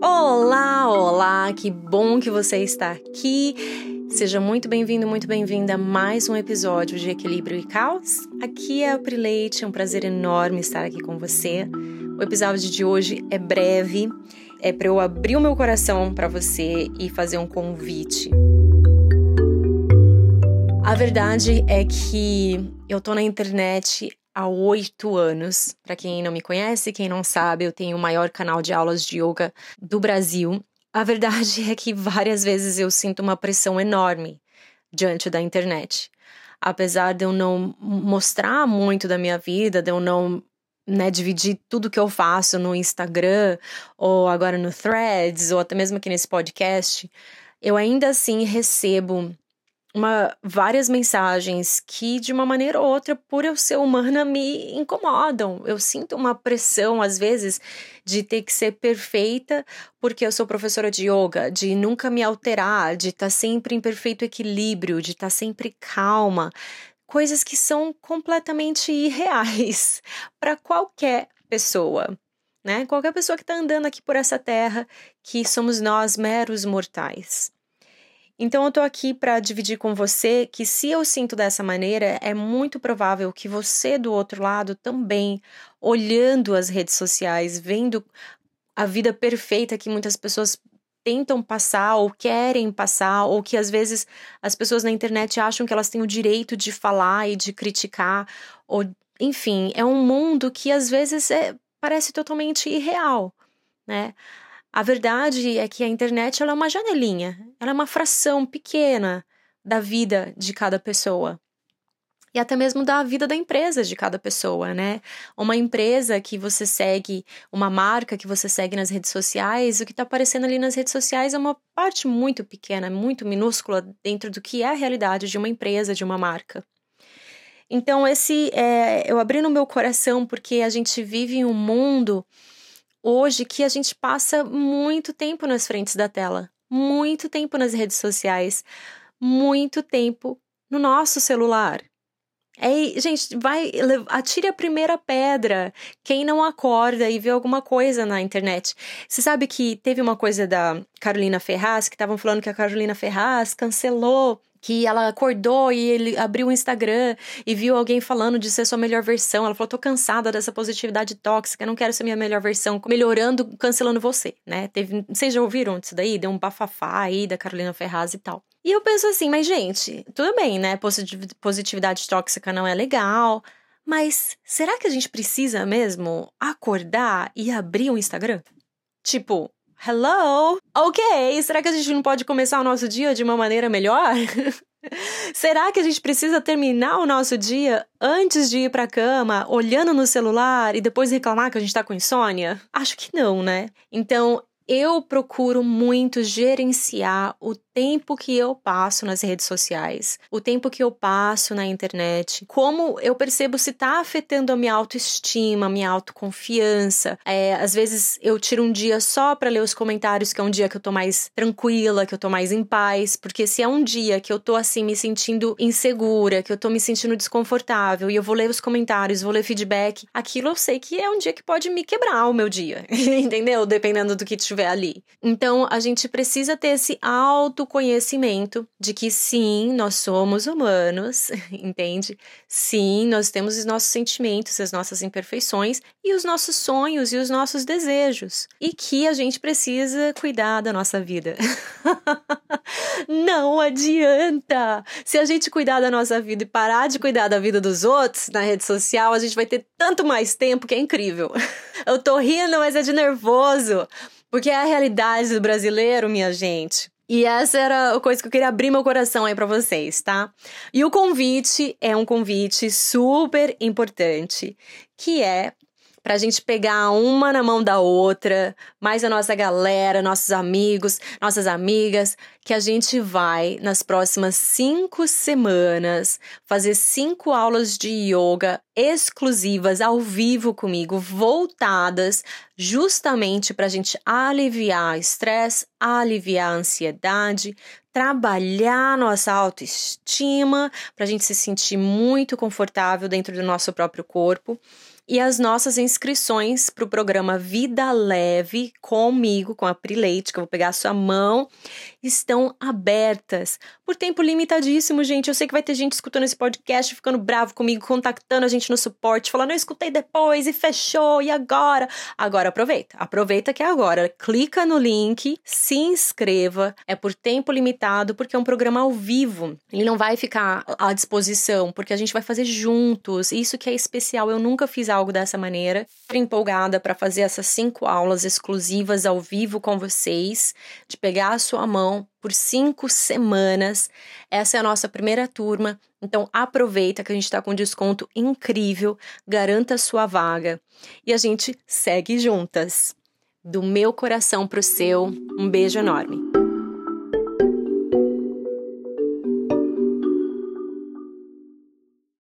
Olá, olá, que bom que você está aqui. Seja muito bem-vindo, muito bem-vinda a mais um episódio de Equilíbrio e Caos. Aqui é a Pri Leite, é um prazer enorme estar aqui com você. O episódio de hoje é breve, é para eu abrir o meu coração para você e fazer um convite. A verdade é que eu tô na internet há 8 anos. Para quem não me conhece, quem não sabe, eu tenho o maior canal de aulas de yoga do Brasil. A verdade é que várias vezes eu sinto uma pressão enorme diante da internet. Apesar de eu não mostrar muito da minha vida, de eu não dividir tudo que eu faço no Instagram, ou agora no Threads, ou até mesmo aqui nesse podcast, eu ainda assim recebo várias mensagens que, de uma maneira ou outra, por eu ser humana, me incomodam. Eu sinto uma pressão, às vezes, de ter que ser perfeita porque eu sou professora de yoga, de nunca me alterar, de estar sempre em perfeito equilíbrio, de estar sempre calma. Coisas que são completamente irreais para qualquer pessoa, né? Qualquer pessoa que está andando aqui por essa terra, que somos nós, meros mortais. Então eu tô aqui para dividir com você que se eu sinto dessa maneira, é muito provável que você do outro lado também, olhando as redes sociais, vendo a vida perfeita que muitas pessoas tentam passar ou querem passar, ou que às vezes as pessoas na internet acham que elas têm o direito de falar e de criticar, ou enfim, é um mundo que às vezes parece totalmente irreal, né? A verdade é que a internet ela é uma janelinha, ela é uma fração pequena da vida de cada pessoa. E até mesmo da vida da empresa de cada pessoa, né? Uma empresa que você segue, uma marca que você segue nas redes sociais, o que está aparecendo ali nas redes sociais é uma parte muito pequena, muito minúscula dentro do que é a realidade de uma empresa, de uma marca. Então, eu abri no meu coração porque a gente vive em um mundo hoje que a gente passa muito tempo nas frentes da tela, muito tempo nas redes sociais, muito tempo no nosso celular. Gente, atire a primeira pedra. Quem não acorda e vê alguma coisa na internet. Você sabe que teve uma coisa da Carolina Ferraz, que estavam falando que a Carolina Ferraz cancelou, que ela acordou e ele abriu o Instagram e viu alguém falando de ser sua melhor versão. Ela falou, tô cansada dessa positividade tóxica, não quero ser minha melhor versão, melhorando, cancelando você, né? Vocês já ouviram disso daí? Deu um bafafá aí da Carolina Ferraz e tal. E eu penso assim, mas gente, tudo bem, né? Positividade tóxica não é legal, mas será que a gente precisa mesmo acordar e abrir um Instagram? Tipo, hello? Ok, será que a gente não pode começar o nosso dia de uma maneira melhor? Será que a gente precisa terminar o nosso dia antes de ir pra cama, olhando no celular e depois reclamar que a gente tá com insônia? Acho que não, né? Então, eu procuro muito gerenciar o tempo que eu passo nas redes sociais, o tempo que eu passo na internet, como eu percebo se tá afetando a minha autoestima, a minha autoconfiança. Às vezes eu tiro um dia só pra ler os comentários, que é um dia que eu tô mais tranquila, que eu tô mais em paz, porque se é um dia que eu tô assim me sentindo insegura, que eu tô me sentindo desconfortável e eu vou ler os comentários, vou ler feedback, aquilo eu sei que é um dia que pode me quebrar o meu dia, entendeu? Dependendo do que tiver ali. Então a gente precisa ter esse autoconhecimento de que sim, nós somos humanos, entende? Sim, nós temos os nossos sentimentos, as nossas imperfeições e os nossos sonhos e os nossos desejos. E que a gente precisa cuidar da nossa vida. Não adianta! Se a gente cuidar da nossa vida e parar de cuidar da vida dos outros na rede social, a gente vai ter tanto mais tempo que é incrível. Eu tô rindo, mas é de nervoso. Porque é a realidade do brasileiro, minha gente. E essa era a coisa que eu queria abrir meu coração aí pra vocês, tá? E o convite é um convite super importante, que é pra gente pegar uma na mão da outra, mais a nossa galera, nossos amigos, nossas amigas, que a gente vai, nas próximas 5 semanas, fazer 5 aulas de yoga exclusivas, ao vivo comigo, voltadas justamente pra gente aliviar estresse, aliviar a ansiedade, trabalhar nossa autoestima, pra gente se sentir muito confortável dentro do nosso próprio corpo. E as nossas inscrições para o programa Vida Leve comigo, com a Pri Leite, que eu vou pegar a sua mão, estão abertas por tempo limitadíssimo, gente. Eu sei que vai ter gente escutando esse podcast, ficando bravo comigo, contactando a gente no suporte, falando, eu escutei depois e fechou, e agora? Agora aproveita que é agora. Clica no link, se inscreva, é por tempo limitado, porque é um programa ao vivo. Ele não vai ficar à disposição, porque a gente vai fazer juntos. Isso que é especial, eu nunca fiz algo dessa maneira. Estou empolgada para fazer essas 5 aulas exclusivas ao vivo com vocês, de pegar a sua mão por 5 semanas. Essa é a nossa primeira turma, então aproveita que a gente está com um desconto incrível, garanta a sua vaga e a gente segue juntas. Do meu coração pro seu, um beijo enorme.